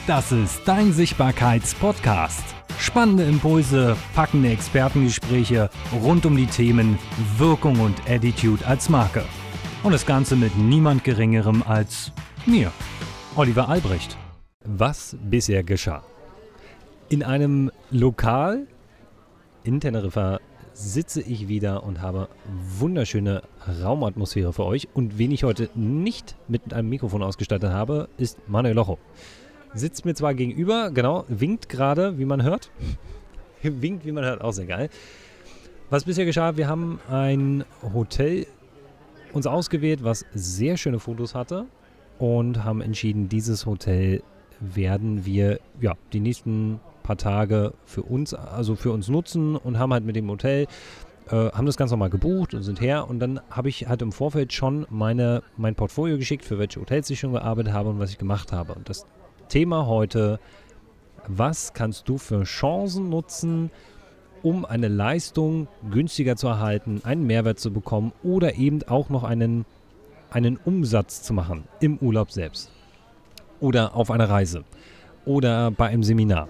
Das ist dein Sichtbarkeits-Podcast. Spannende Impulse, packende Expertengespräche rund um die Themen Wirkung und Attitude als Marke. Und das Ganze mit niemand Geringerem als mir, Oliver Albrecht. Was bisher geschah? In einem Lokal in Teneriffa sitze ich wieder und habe wunderschöne Raumatmosphäre für euch. Und wen ich heute nicht mit einem Mikrofon ausgestattet habe, ist Manuel Locho. Sitzt mir zwar gegenüber, genau, winkt gerade, wie man hört. Winkt, wie man hört, auch sehr geil. Was bisher geschah, wir haben ein Hotel uns ausgewählt, was sehr schöne Fotos hatte und haben entschieden, dieses Hotel werden wir die nächsten paar Tage für uns nutzen und haben halt mit dem Hotel, haben das Ganze nochmal gebucht und sind her und dann habe ich halt im Vorfeld schon mein Portfolio geschickt, für welche Hotels ich schon gearbeitet habe und was ich gemacht habe. Und das Thema heute: Was kannst du für Chancen nutzen, um eine Leistung günstiger zu erhalten, einen Mehrwert zu bekommen oder eben auch noch einen Umsatz zu machen im Urlaub selbst oder auf einer Reise oder bei einem Seminar.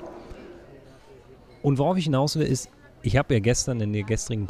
Und worauf ich hinaus will ist, ich habe ja gestern in der gestrigen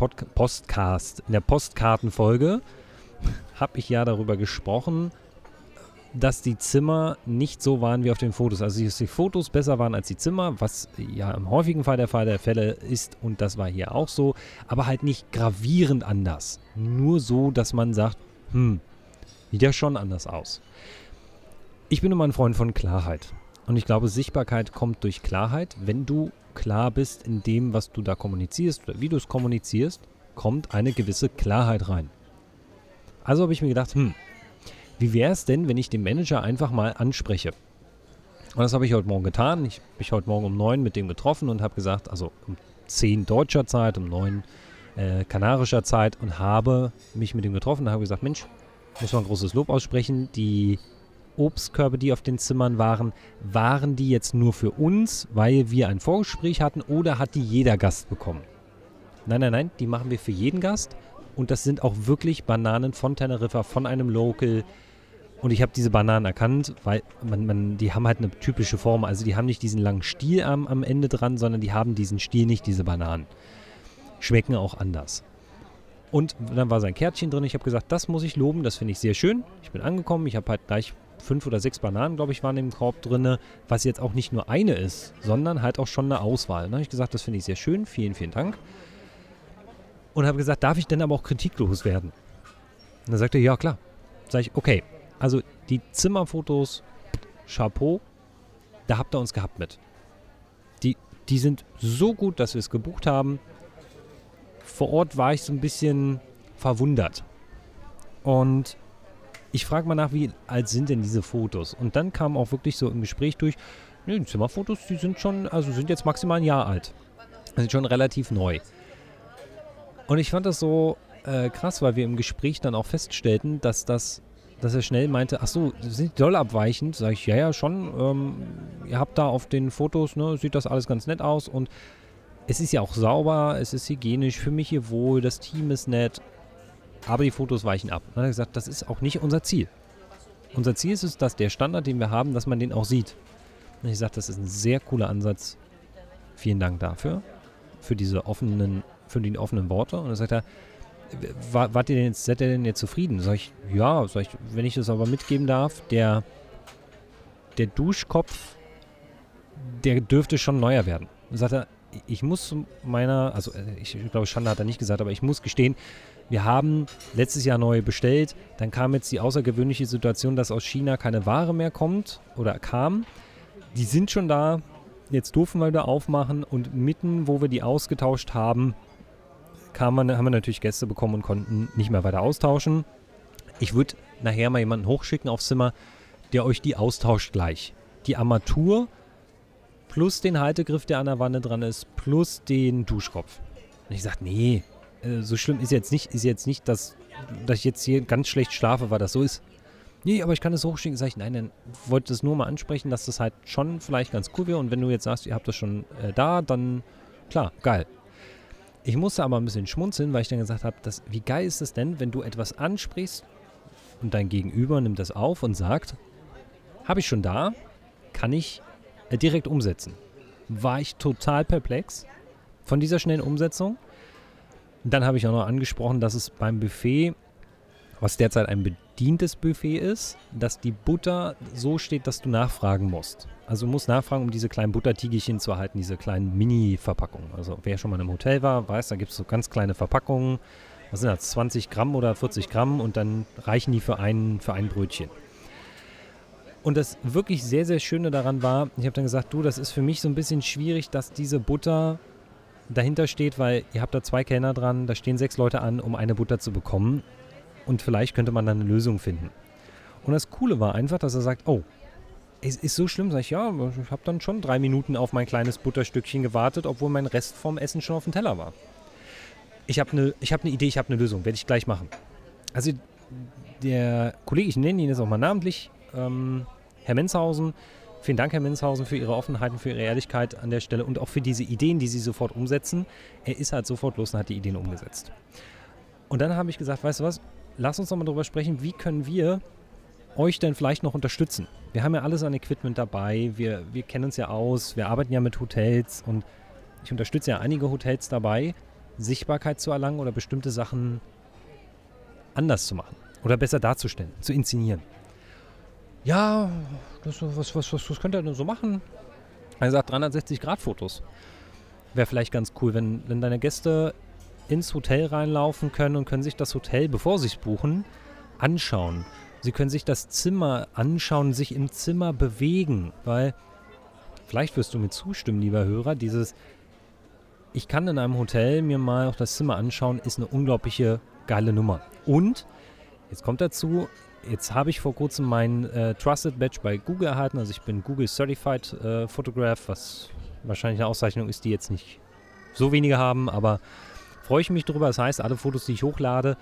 in der Postkartenfolge, habe ich ja darüber gesprochen, dass die Zimmer nicht so waren wie auf den Fotos. Also dass die Fotos besser waren als die Zimmer, was ja im häufigen Fall der Fälle ist und das war hier auch so, aber halt nicht gravierend anders. Nur so, dass man sagt, sieht ja schon anders aus. Ich bin immer ein Freund von Klarheit und ich glaube, Sichtbarkeit kommt durch Klarheit. Wenn du klar bist in dem, was du da kommunizierst oder wie du es kommunizierst, kommt eine gewisse Klarheit rein. Also habe ich mir gedacht, wie wäre es denn, wenn ich den Manager einfach mal anspreche? Und das habe ich heute Morgen getan. Ich habe mich heute Morgen um 9 mit dem getroffen und habe gesagt, also um 10 deutscher Zeit, um 9 kanarischer Zeit und habe mich mit ihm getroffen und habe gesagt, Mensch, muss man ein großes Lob aussprechen, die Obstkörbe, die auf den Zimmern waren die jetzt nur für uns, weil wir ein Vorgespräch hatten oder hat die jeder Gast bekommen? Nein, die machen wir für jeden Gast und das sind auch wirklich Bananen von Teneriffa, von einem Local. Und ich habe diese Bananen erkannt, weil die haben halt eine typische Form. Also die haben nicht diesen langen Stiel am Ende dran, sondern die haben diesen Stiel nicht, diese Bananen. Schmecken auch anders. Und dann war sein Kärtchen drin. Ich habe gesagt, das muss ich loben, das finde ich sehr schön. Ich bin angekommen, ich habe halt gleich 5 oder 6 Bananen, glaube ich, waren im Korb drin, was jetzt auch nicht nur eine ist, sondern halt auch schon eine Auswahl. Dann habe ich gesagt, das finde ich sehr schön, vielen, vielen Dank. Und habe gesagt, darf ich denn aber auch kritiklos werden? Und dann sagte er, ja klar. Sag ich, okay, also die Zimmerfotos, Chapeau, da habt ihr uns gehabt mit. Die sind so gut, dass wir es gebucht haben. Vor Ort war ich so ein bisschen verwundert. Und ich frage mal nach, wie alt sind denn diese Fotos? Und dann kam auch wirklich so im Gespräch durch, die Zimmerfotos, die sind sind jetzt maximal ein Jahr alt. Die sind schon relativ neu. Und ich fand das so krass, weil wir im Gespräch dann auch feststellten, dass er schnell meinte, ach so, sind doll abweichend. Sag ich, ja, schon. Ihr habt da auf den Fotos, sieht das alles ganz nett aus und es ist ja auch sauber, es ist hygienisch, für mich hier wohl, das Team ist nett, aber die Fotos weichen ab. Und dann hat er gesagt, das ist auch nicht unser Ziel. Unser Ziel ist es, dass der Standard, den wir haben, dass man den auch sieht. Und ich sage, das ist ein sehr cooler Ansatz. Vielen Dank dafür, für die offenen Worte. Und dann sagt er, seid ihr denn jetzt zufrieden? Sag ich, ja, wenn ich das aber mitgeben darf, der Duschkopf, der dürfte schon neuer werden. Und sagt er, ich glaube, Schande hat er nicht gesagt, aber ich muss gestehen, wir haben letztes Jahr neu bestellt, dann kam jetzt die außergewöhnliche Situation, dass aus China keine Ware mehr kommt oder kam. Die sind schon da, jetzt durften wir da aufmachen und mitten, wo wir die ausgetauscht haben, haben wir natürlich Gäste bekommen und konnten nicht mehr weiter austauschen. Ich würde nachher mal jemanden hochschicken aufs Zimmer, der euch die austauscht gleich. Die Armatur plus den Haltegriff, der an der Wanne dran ist, plus den Duschkopf. Und ich sage, nee, so schlimm ist jetzt nicht, dass ich jetzt hier ganz schlecht schlafe, weil das so ist. Nee, aber ich kann es hochschicken. Sag ich, nein, dann wollte das nur mal ansprechen, dass das halt schon vielleicht ganz cool wäre. Und wenn du jetzt sagst, ihr habt das schon da, dann klar, geil. Ich musste aber ein bisschen schmunzeln, weil ich dann gesagt habe, wie geil ist es denn, wenn du etwas ansprichst und dein Gegenüber nimmt das auf und sagt, habe ich schon da, kann ich direkt umsetzen. War ich total perplex von dieser schnellen Umsetzung. Dann habe ich auch noch angesprochen, dass es beim Buffet, was derzeit ein bedientes Buffet ist, dass die Butter so steht, dass du nachfragen musst. Also du musst nachfragen, um diese kleinen Buttertiegelchen zu erhalten, diese kleinen Mini-Verpackungen. Also wer schon mal in einem Hotel war, weiß, da gibt es so ganz kleine Verpackungen. Was sind das, 20 Gramm oder 40 Gramm und dann reichen die für ein Brötchen. Und das wirklich sehr, sehr Schöne daran war, ich habe dann gesagt, du, das ist für mich so ein bisschen schwierig, dass diese Butter dahinter steht, weil ihr habt da 2 Kellner dran, da stehen 6 Leute an, um eine Butter zu bekommen und vielleicht könnte man dann eine Lösung finden. Und das Coole war einfach, dass er sagt, oh, es ist so schlimm, sag ich, ja, ich habe dann schon 3 Minuten auf mein kleines Butterstückchen gewartet, obwohl mein Rest vom Essen schon auf dem Teller war. Ich habe eine Idee, ich habe eine Lösung, werde ich gleich machen. Also der Kollege, ich nenne ihn jetzt auch mal namentlich, Herr Menshausen, vielen Dank, Herr Menshausen, für Ihre Offenheit und für Ihre Ehrlichkeit an der Stelle und auch für diese Ideen, die Sie sofort umsetzen. Er ist halt sofort los und hat die Ideen umgesetzt. Und dann habe ich gesagt, weißt du was, lass uns doch mal darüber sprechen, wie können wir euch denn vielleicht noch unterstützen? Wir haben ja alles an Equipment dabei, wir kennen uns ja aus, wir arbeiten ja mit Hotels und ich unterstütze ja einige Hotels dabei, Sichtbarkeit zu erlangen oder bestimmte Sachen anders zu machen oder besser darzustellen, zu inszenieren. Ja, was könnt ihr denn so machen? Er sagt 360-Grad-Fotos. Wäre vielleicht ganz cool, wenn deine Gäste ins Hotel reinlaufen können und können sich das Hotel, bevor sie es buchen, anschauen. Sie können sich das Zimmer anschauen, sich im Zimmer bewegen, weil, vielleicht wirst du mir zustimmen, lieber Hörer, ich kann in einem Hotel mir mal auch das Zimmer anschauen, ist eine unglaubliche geile Nummer. Und, jetzt kommt dazu, jetzt habe ich vor kurzem mein Trusted Badge bei Google erhalten, also ich bin Google Certified Photograph, was wahrscheinlich eine Auszeichnung ist, die jetzt nicht so wenige haben, aber freue ich mich drüber. Das heißt, alle Fotos, die ich hochlade,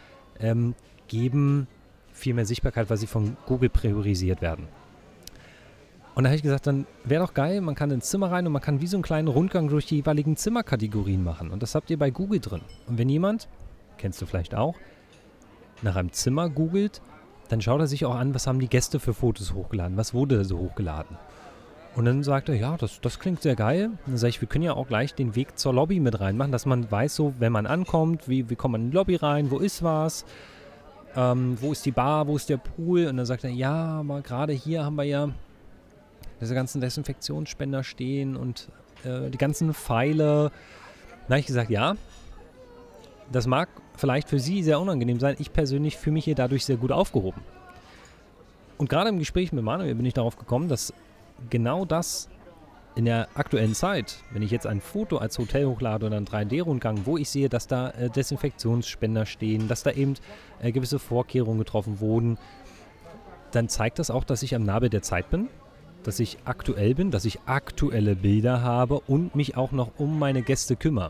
geben viel mehr Sichtbarkeit, weil sie von Google priorisiert werden. Und da habe ich gesagt, dann wäre doch geil, man kann ins Zimmer rein und man kann wie so einen kleinen Rundgang durch die jeweiligen Zimmerkategorien machen. Und das habt ihr bei Google drin. Und wenn jemand, kennst du vielleicht auch, nach einem Zimmer googelt, dann schaut er sich auch an, was haben die Gäste für Fotos hochgeladen, was wurde so hochgeladen. Und dann sagt er, ja, das klingt sehr geil. Und dann sage ich, wir können ja auch gleich den Weg zur Lobby mit reinmachen, dass man weiß, so, wenn man ankommt, wie kommt man in die Lobby rein, wo ist was, wo ist die Bar, wo ist der Pool. Und dann sagt er, ja, aber gerade hier haben wir ja diese ganzen Desinfektionsspender stehen und die ganzen Pfeile. Dann habe ich gesagt, ja, das mag vielleicht für Sie sehr unangenehm sein. Ich persönlich fühle mich hier dadurch sehr gut aufgehoben. Und gerade im Gespräch mit Manuel bin ich darauf gekommen, dass genau das in der aktuellen Zeit, wenn ich jetzt ein Foto als Hotel hochlade oder einen 3D-Rundgang, wo ich sehe, dass da Desinfektionsspender stehen, dass da eben gewisse Vorkehrungen getroffen wurden, dann zeigt das auch, dass ich am Nabel der Zeit bin, dass ich aktuell bin, dass ich aktuelle Bilder habe und mich auch noch um meine Gäste kümmere.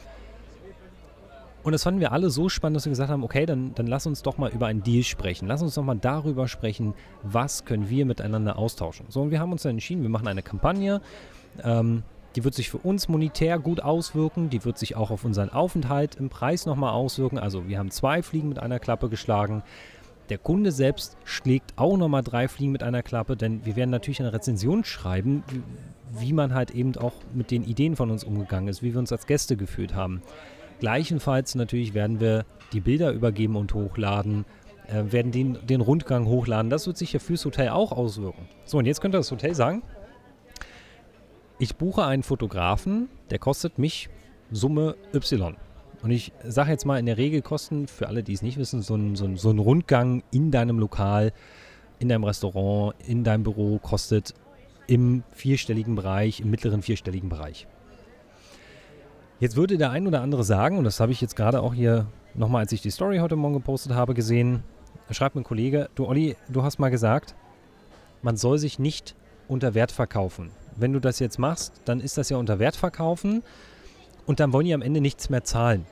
Und das fanden wir alle so spannend, dass wir gesagt haben, okay, dann lass uns doch mal über einen Deal sprechen. Lass uns doch mal darüber sprechen, was können wir miteinander austauschen. So, und wir haben uns dann entschieden, wir machen eine Kampagne, die wird sich für uns monetär gut auswirken, die wird sich auch auf unseren Aufenthalt im Preis nochmal auswirken. Also wir haben 2 Fliegen mit einer Klappe geschlagen. Der Kunde selbst schlägt auch nochmal 3 Fliegen mit einer Klappe, denn wir werden natürlich eine Rezension schreiben, wie man halt eben auch mit den Ideen von uns umgegangen ist, wie wir uns als Gäste gefühlt haben. Gleichenfalls natürlich werden wir die Bilder übergeben und hochladen, werden den Rundgang hochladen. Das wird sich ja fürs Hotel auch auswirken. So, und jetzt könnte das Hotel sagen, ich buche einen Fotografen, der kostet mich Summe Y. Und ich sage jetzt mal, in der Regel kosten, für alle, die es nicht wissen, so ein Rundgang in deinem Lokal, in deinem Restaurant, in deinem Büro kostet im 4-stelligen Bereich, im mittleren 4-stelligen Bereich. Jetzt würde der ein oder andere sagen, und das habe ich jetzt gerade auch hier nochmal, als ich die Story heute Morgen gepostet habe, gesehen, schreibt mir ein Kollege, du Olli, du hast mal gesagt, man soll sich nicht unter Wert verkaufen. Wenn du das jetzt machst, dann ist das ja unter Wert verkaufen und dann wollen die am Ende nichts mehr zahlen.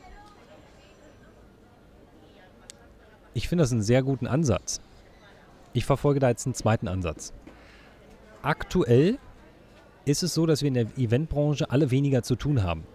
Ich finde das einen sehr guten Ansatz. Ich verfolge da jetzt einen zweiten Ansatz. Aktuell ist es so, dass wir in der Eventbranche alle weniger zu tun haben.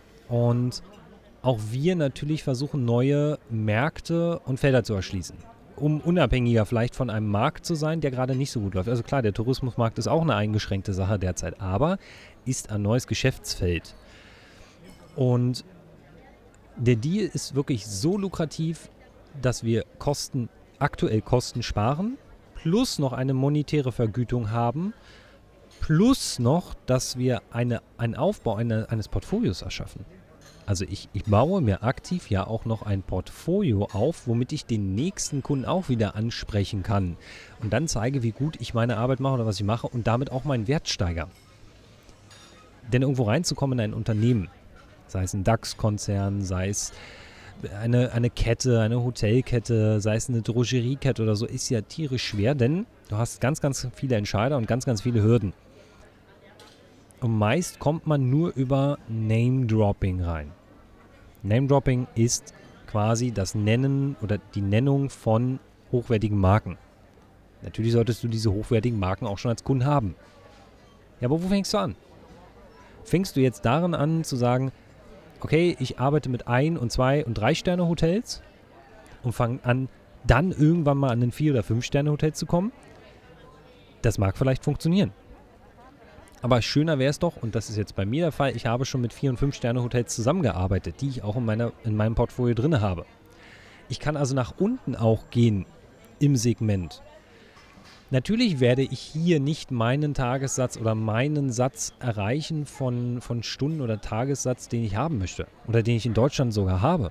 Und auch wir natürlich versuchen, neue Märkte und Felder zu erschließen. um unabhängiger vielleicht von einem Markt zu sein, der gerade nicht so gut läuft. Also klar, der Tourismusmarkt ist auch eine eingeschränkte Sache derzeit, aber ist ein neues Geschäftsfeld. Und der Deal ist wirklich so lukrativ, dass wir aktuell Kosten sparen, plus noch eine monetäre Vergütung haben, plus noch, dass wir einen Aufbau eines Portfolios erschaffen. Also ich baue mir aktiv ja auch noch ein Portfolio auf, womit ich den nächsten Kunden auch wieder ansprechen kann und dann zeige, wie gut ich meine Arbeit mache oder was ich mache und damit auch meinen Wert steigere. Denn irgendwo reinzukommen in ein Unternehmen, sei es ein DAX-Konzern, sei es eine Kette, eine Hotelkette, sei es eine Drogeriekette oder so, ist ja tierisch schwer, denn du hast ganz, ganz viele Entscheider und ganz, ganz viele Hürden. Und meist kommt man nur über Name-Dropping rein. Name-Dropping ist quasi das Nennen oder die Nennung von hochwertigen Marken. Natürlich solltest du diese hochwertigen Marken auch schon als Kunden haben. Ja, aber wo fängst du an? Fängst du jetzt darin an zu sagen, okay, ich arbeite mit 1- und 2- und 3-Sterne-Hotels und fange an, dann irgendwann mal an den 4- oder 5-Sterne-Hotel zu kommen? Das mag vielleicht funktionieren. Aber schöner wäre es doch, und das ist jetzt bei mir der Fall, ich habe schon mit 4- und 5-Sterne-Hotels zusammengearbeitet, die ich auch in meinem Portfolio drin habe. Ich kann also nach unten auch gehen im Segment. Natürlich werde ich hier nicht meinen Tagessatz oder meinen Satz erreichen von Stunden- oder Tagessatz, den ich haben möchte oder den ich in Deutschland sogar habe.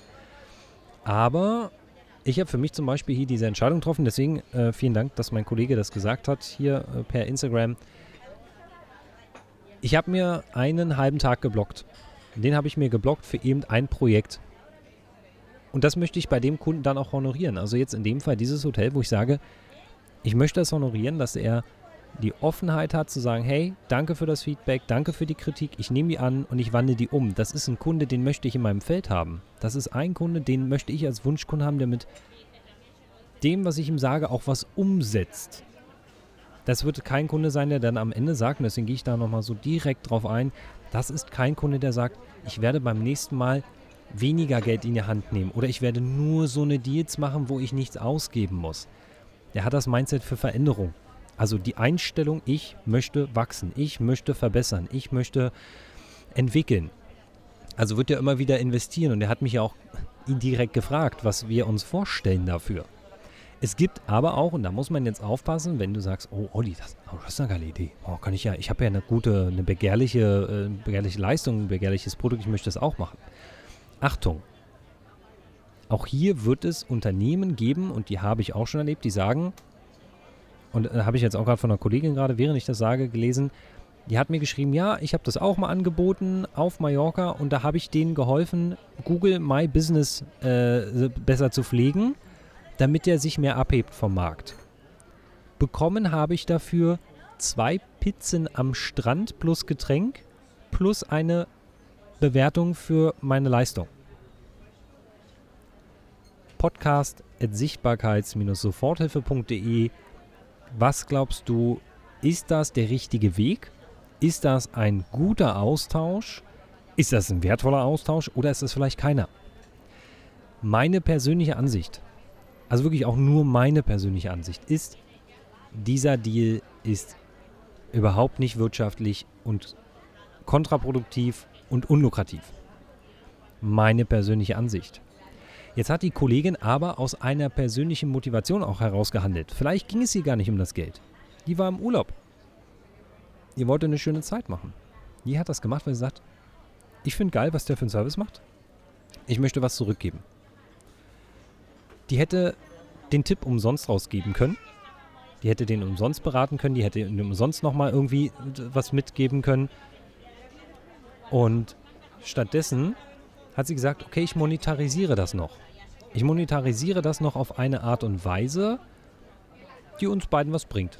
Aber ich habe für mich zum Beispiel hier diese Entscheidung getroffen, deswegen vielen Dank, dass mein Kollege das gesagt hat, hier per Instagram. Ich habe mir einen halben Tag geblockt. Den habe ich mir geblockt für eben ein Projekt. Und das möchte ich bei dem Kunden dann auch honorieren. Also jetzt in dem Fall dieses Hotel, wo ich sage, ich möchte das honorieren, dass er die Offenheit hat zu sagen, hey, danke für das Feedback, danke für die Kritik, ich nehme die an und ich wandle die um. Das ist ein Kunde, den möchte ich in meinem Feld haben. Das ist ein Kunde, den möchte ich als Wunschkunde haben, der mit dem, was ich ihm sage, auch was umsetzt. Das wird kein Kunde sein, der dann am Ende sagt, und deswegen gehe ich da nochmal so direkt drauf ein, das ist kein Kunde, der sagt, ich werde beim nächsten Mal weniger Geld in die Hand nehmen oder ich werde nur so eine Deals machen, wo ich nichts ausgeben muss. Der hat das Mindset für Veränderung. Also die Einstellung, ich möchte wachsen, ich möchte verbessern, ich möchte entwickeln. Also wird er immer wieder investieren und er hat mich ja auch indirekt gefragt, was wir uns vorstellen dafür. Es gibt aber auch, und da muss man jetzt aufpassen, wenn du sagst, oh Olli, das ist eine geile Idee. Oh, ich habe ja eine begehrliche Leistung, ein begehrliches Produkt, ich möchte das auch machen. Achtung, auch hier wird es Unternehmen geben, und die habe ich auch schon erlebt, die sagen, und da habe ich jetzt auch gerade von einer Kollegin gerade, während ich das sage, gelesen, die hat mir geschrieben, ja, ich habe das auch mal angeboten auf Mallorca und da habe ich denen geholfen, Google My Business besser zu pflegen, damit er sich mehr abhebt vom Markt. Bekommen habe ich dafür 2 Pizzen am Strand plus Getränk plus eine Bewertung für meine Leistung. podcast@sichtbarkeits-soforthilfe.de. Was glaubst du, ist das der richtige Weg? Ist das ein guter Austausch? Ist das ein wertvoller Austausch oder ist das vielleicht keiner? Meine persönliche Ansicht, also wirklich auch nur meine persönliche Ansicht, ist, dieser Deal ist überhaupt nicht wirtschaftlich und kontraproduktiv und unlukrativ. Meine persönliche Ansicht. Jetzt hat die Kollegin aber aus einer persönlichen Motivation auch herausgehandelt. Vielleicht ging es ihr gar nicht um das Geld. Die war im Urlaub. Die wollte eine schöne Zeit machen. Die hat das gemacht, weil sie sagt, ich finde geil, was der für einen Service macht. Ich möchte was zurückgeben. Die hätte den Tipp umsonst rausgeben können. Die hätte den umsonst beraten können. Die hätte ihm umsonst nochmal irgendwie was mitgeben können. Und stattdessen hat sie gesagt, okay, ich monetarisiere das noch. Ich monetarisiere das noch auf eine Art und Weise, die uns beiden was bringt.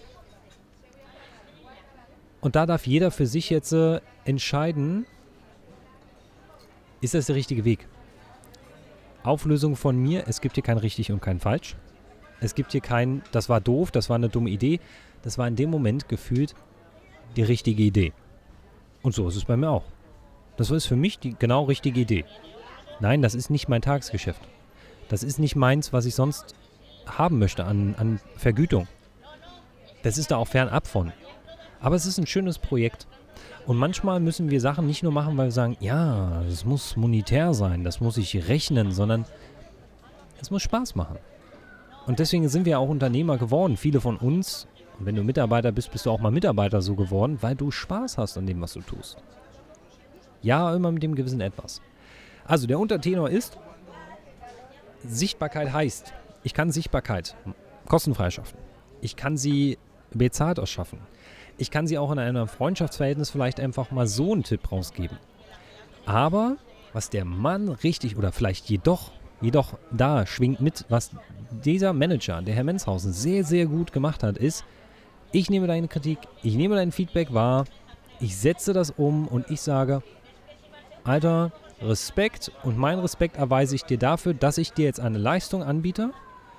Und da darf jeder für sich jetzt entscheiden, ist das der richtige Weg? Auflösung von mir, es gibt hier kein richtig und kein falsch. Es gibt hier kein, das war doof, das war eine dumme Idee. Das war in dem Moment gefühlt die richtige Idee. Und so ist es bei mir auch. Das ist für mich die genau richtige Idee. Nein, das ist nicht mein Tagesgeschäft. Das ist nicht meins, was ich sonst haben möchte an Vergütung. Das ist da auch fernab von. Aber es ist ein schönes Projekt. Und manchmal müssen wir Sachen nicht nur machen, weil wir sagen, ja, das muss monetär sein, das muss ich rechnen, sondern es muss Spaß machen. Und deswegen sind wir auch Unternehmer geworden. Viele von uns, und wenn du Mitarbeiter bist, bist du auch mal Mitarbeiter so geworden, weil du Spaß hast an dem, was du tust. Ja, immer mit dem gewissen Etwas. Also der Untertenor ist, Sichtbarkeit heißt, ich kann Sichtbarkeit kostenfrei schaffen. Ich kann sie bezahlt ausschaffen. Ich kann sie auch in einem Freundschaftsverhältnis vielleicht einfach mal so einen Tipp rausgeben. Aber was der Mann richtig oder vielleicht jedoch da schwingt mit, was dieser Manager, der Herr Menshausen, sehr, sehr gut gemacht hat, ist, ich nehme deine Kritik, ich nehme dein Feedback wahr, ich setze das um und ich sage, Alter, Respekt und meinen Respekt erweise ich dir dafür, dass ich dir jetzt eine Leistung anbiete,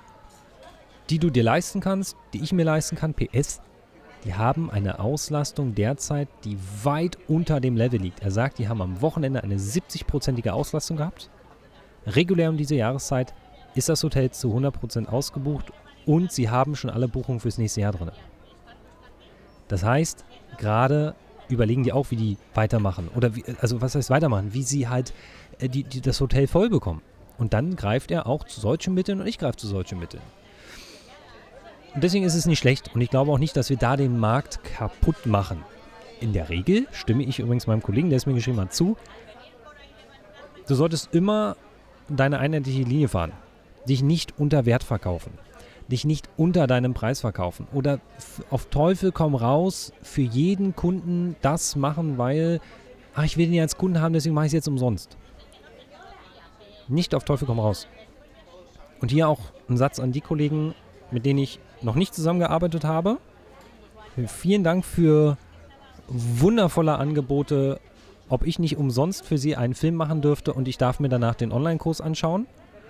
die du dir leisten kannst, die ich mir leisten kann. PS, die haben eine Auslastung derzeit, die weit unter dem Level liegt. Er sagt, die haben am Wochenende eine 70-prozentige Auslastung gehabt. Regulär um diese Jahreszeit ist das Hotel zu 100% ausgebucht und sie haben schon alle Buchungen fürs nächste Jahr drin. Das heißt, gerade überlegen die auch, wie die weitermachen. Oder was heißt weitermachen? Wie sie halt das Hotel voll bekommen. Und dann greift er auch zu solchen Mitteln und ich greife zu solchen Mitteln. Und deswegen ist es nicht schlecht. Und ich glaube auch nicht, dass wir da den Markt kaputt machen. In der Regel stimme ich übrigens meinem Kollegen, der es mir geschrieben hat, zu. Du solltest immer deine einheitliche Linie fahren. Dich nicht unter Wert verkaufen. Dich nicht unter deinem Preis verkaufen. Oder auf Teufel komm raus für jeden Kunden das machen, weil ich will den ja als Kunden haben, deswegen mache ich es jetzt umsonst. Nicht auf Teufel komm raus. Und hier auch ein Satz an die Kollegen, mit denen ich noch nicht zusammengearbeitet habe. Vielen Dank für wundervolle Angebote, ob ich nicht umsonst für Sie einen Film machen dürfte und ich darf mir danach den Online-Kurs anschauen,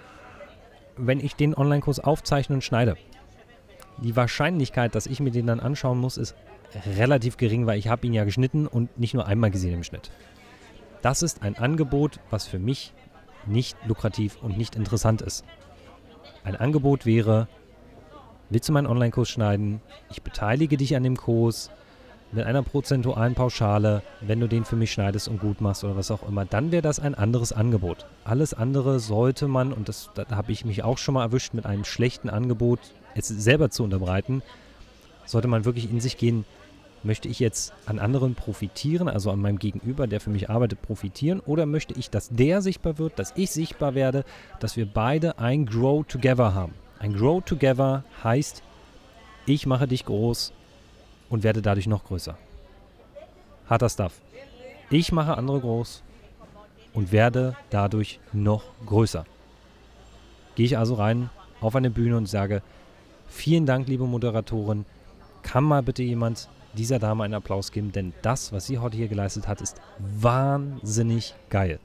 wenn ich den Online-Kurs aufzeichne und schneide. Die Wahrscheinlichkeit, dass ich mir den dann anschauen muss, ist relativ gering, weil ich habe ihn ja geschnitten und nicht nur einmal gesehen im Schnitt. Das ist ein Angebot, was für mich nicht lukrativ und nicht interessant ist. Ein Angebot wäre, willst du meinen Online-Kurs schneiden? Ich beteilige dich an dem Kurs mit einer prozentualen Pauschale, wenn du den für mich schneidest und gut machst oder was auch immer, dann wäre das ein anderes Angebot. Alles andere sollte man, und da habe ich mich auch schon mal erwischt, mit einem schlechten Angebot es selber zu unterbreiten, sollte man wirklich in sich gehen, möchte ich jetzt an anderen profitieren, also an meinem Gegenüber, der für mich arbeitet, profitieren, oder möchte ich, dass der sichtbar wird, dass ich sichtbar werde, dass wir beide ein Grow Together haben. Ein Grow Together heißt, ich mache dich groß und werde dadurch noch größer. Harter Stuff. Ich mache andere groß und werde dadurch noch größer. Gehe ich also rein auf eine Bühne und sage, vielen Dank, liebe Moderatorin, kann mal bitte jemand dieser Dame einen Applaus geben, denn das, was sie heute hier geleistet hat, ist wahnsinnig geil.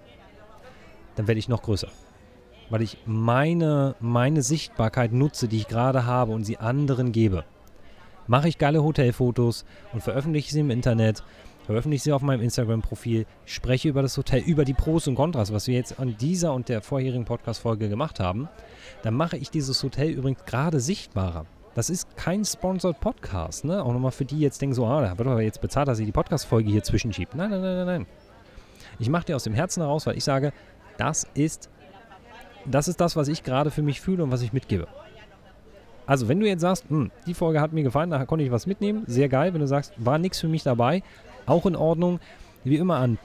Dann werde ich noch größer. Weil ich meine Sichtbarkeit nutze, die ich gerade habe und sie anderen gebe. Mache ich geile Hotelfotos und veröffentliche sie im Internet, veröffentliche sie auf meinem Instagram-Profil, spreche über das Hotel, über die Pros und Kontras, was wir jetzt an dieser und der vorherigen Podcast-Folge gemacht haben, dann mache ich dieses Hotel übrigens gerade sichtbarer. Das ist kein Sponsored Podcast, ne? Auch nochmal für die jetzt denken so, da wird aber jetzt bezahlt, dass ich die Podcast-Folge hier zwischenschiebe. Nein. Ich mache die aus dem Herzen heraus, weil ich sage, das ist das, was ich gerade für mich fühle und was ich mitgebe. Also, wenn du jetzt sagst, die Folge hat mir gefallen, da konnte ich was mitnehmen, sehr geil. Wenn du sagst, war nichts für mich dabei, auch in Ordnung. Wie immer an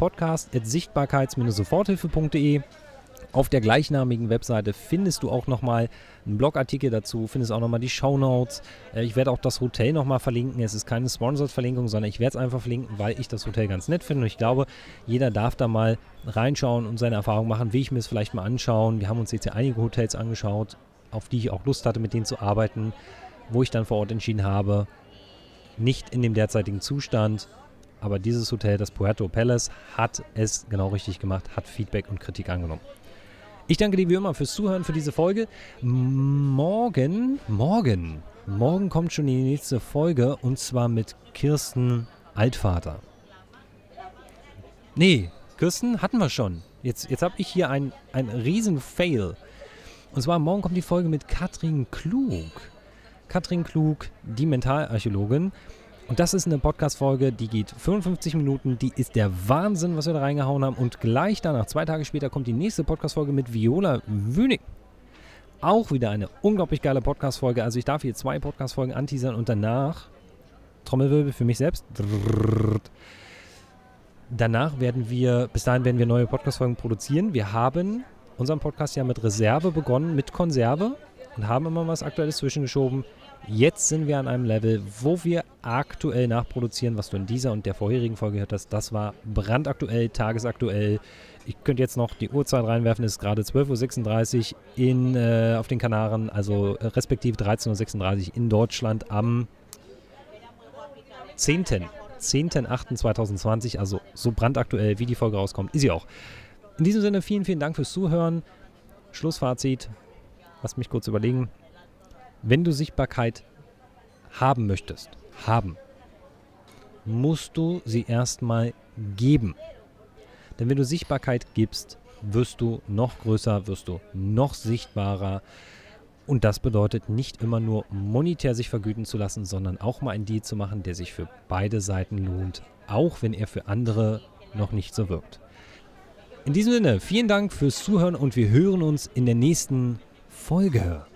podcast@sichtbarkeits-soforthilfe.de. Auf der gleichnamigen Webseite findest du auch nochmal einen Blogartikel dazu, findest auch nochmal die Shownotes. Ich werde auch das Hotel nochmal verlinken. Es ist keine Sponsored-Verlinkung, sondern ich werde es einfach verlinken, weil ich das Hotel ganz nett finde. Und ich glaube, jeder darf da mal reinschauen und seine Erfahrung machen. Will ich mir es vielleicht mal anschauen. Wir haben uns jetzt ja einige Hotels angeschaut, auf die ich auch Lust hatte, mit denen zu arbeiten, wo ich dann vor Ort entschieden habe, nicht in dem derzeitigen Zustand, aber dieses Hotel, das Puerto Palace, hat es genau richtig gemacht, hat Feedback und Kritik angenommen. Ich danke dir wie immer fürs Zuhören für diese Folge. Morgen kommt schon die nächste Folge und zwar mit Kirsten Altvater. Nee, Kirsten hatten wir schon. Jetzt habe ich hier ein riesen Fail. Und zwar morgen kommt die Folge mit Katrin Klug. Katrin Klug, die Mentalarchäologin. Und das ist eine Podcast-Folge, die geht 55 Minuten. Die ist der Wahnsinn, was wir da reingehauen haben. Und gleich danach, 2 Tage später, kommt die nächste Podcast-Folge mit Viola Wüning. Auch wieder eine unglaublich geile Podcast-Folge. Also ich darf hier 2 Podcast-Folgen anteasern und danach, Trommelwirbel für mich selbst, bis dahin werden wir neue Podcast-Folgen produzieren. Wir haben unseren Podcast ja mit Reserve begonnen, mit Konserve und haben immer was Aktuelles zwischengeschoben. Jetzt sind wir an einem Level, wo wir aktuell nachproduzieren, was du in dieser und der vorherigen Folge gehört hast. Das war brandaktuell, tagesaktuell. Ich könnte jetzt noch die Uhrzeit reinwerfen, es ist gerade 12.36 Uhr auf den Kanaren, also respektive 13.36 Uhr in Deutschland am 10.08.2020, also so brandaktuell, wie die Folge rauskommt, ist sie auch. In diesem Sinne, vielen, vielen Dank fürs Zuhören. Schlussfazit, lass mich kurz überlegen. Wenn du Sichtbarkeit haben möchtest, musst du sie erstmal geben. Denn wenn du Sichtbarkeit gibst, wirst du noch größer, wirst du noch sichtbarer. Und das bedeutet nicht immer nur monetär sich vergüten zu lassen, sondern auch mal einen Deal zu machen, der sich für beide Seiten lohnt, auch wenn er für andere noch nicht so wirkt. In diesem Sinne, vielen Dank fürs Zuhören und wir hören uns in der nächsten Folge.